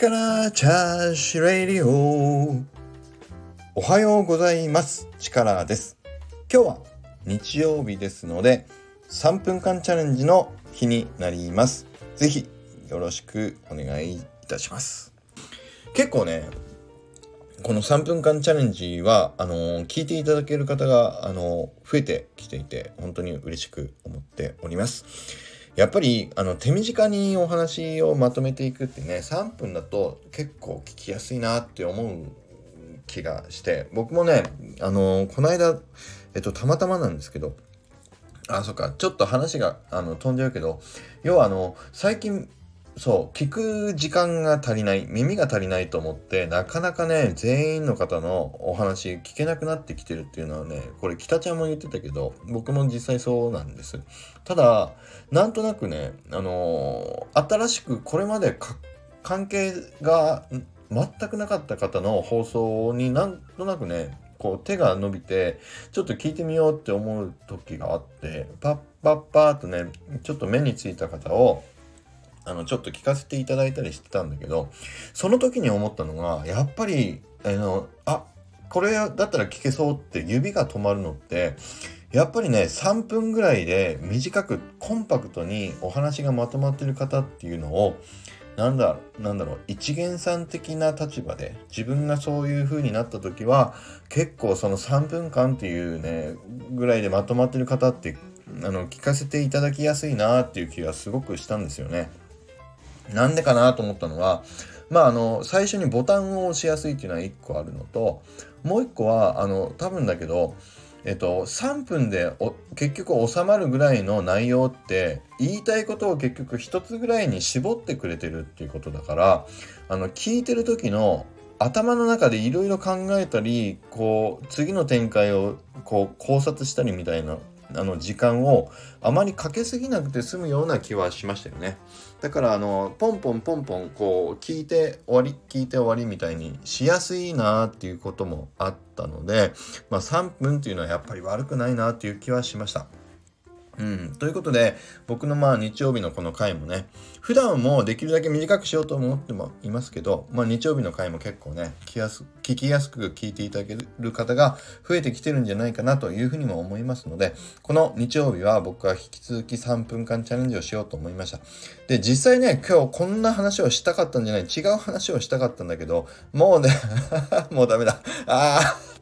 力チャージレディオ。おはようございます。力です。今日は日曜日ですので3分間チャレンジの日になります。ぜひよろしくお願いいたします。結構ね、この3分間チャレンジは聞いていただける方が増えてきていて、本当に嬉しく思っております。やっぱり手短にお話をまとめていくってね、3分だと結構聞きやすいなって思う気がして、僕もねこの間たまたまなんですけど、そっか、ちょっと話が飛んじゃうけど、要は最近聞く時間が足りない、耳が足りないと思って、なかなかね、全員の方のお話聞けなくなってきてるっていうのはね、これ北ちゃんも言ってたけど、僕も実際そうなんです。ただ、なんとなくね、新しくこれまで関係が全くなかった方の放送になんとなくね、こう手が伸びて、ちょっと聞いてみようって思う時があって、パッとね、ちょっと目についた方を、ちょっと聞かせていただいたりしてたんだけど、その時に思ったのが、やっぱり、これだったら聞けそうって指が止まるのって、やっぱりね、3分ぐらいで短くコンパクトにお話がまとまってる方っていうのを、なんだろう、一元さん的な立場で、自分がそういう風になった時は、結構その3分間っていうね、ぐらいでまとまってる方って、聞かせていただきやすいなっていう気がすごくしたんですよね。なんでかなと思ったのは、最初にボタンを押しやすいっていうのは1個あるのと、もう1個は、多分だけど、3分で結局収まるぐらいの内容って、言いたいことを結局1つぐらいに絞ってくれてるっていうことだから、聞いてる時の頭の中でいろいろ考えたり、こう、次の展開をこう考察したりみたいな、時間をあまりかけすぎなくて済むような気はしましたよね。だからポンポンこう聞いて終わりみたいにしやすいなっていうこともあったので、3分っていうのはやっぱり悪くないなっていう気はしました。ということで、僕の日曜日のこの回もね、普段もできるだけ短くしようと思ってもいますけど、日曜日の回も結構ね、聞きやすく聞いていただける方が増えてきてるんじゃないかなというふうにも思いますので、この日曜日は僕は引き続き3分間チャレンジをしようと思いました。で、実際ね、今日こんな話をしたかったんじゃない、違う話をしたかったんだけど、もうね、もうダメだ。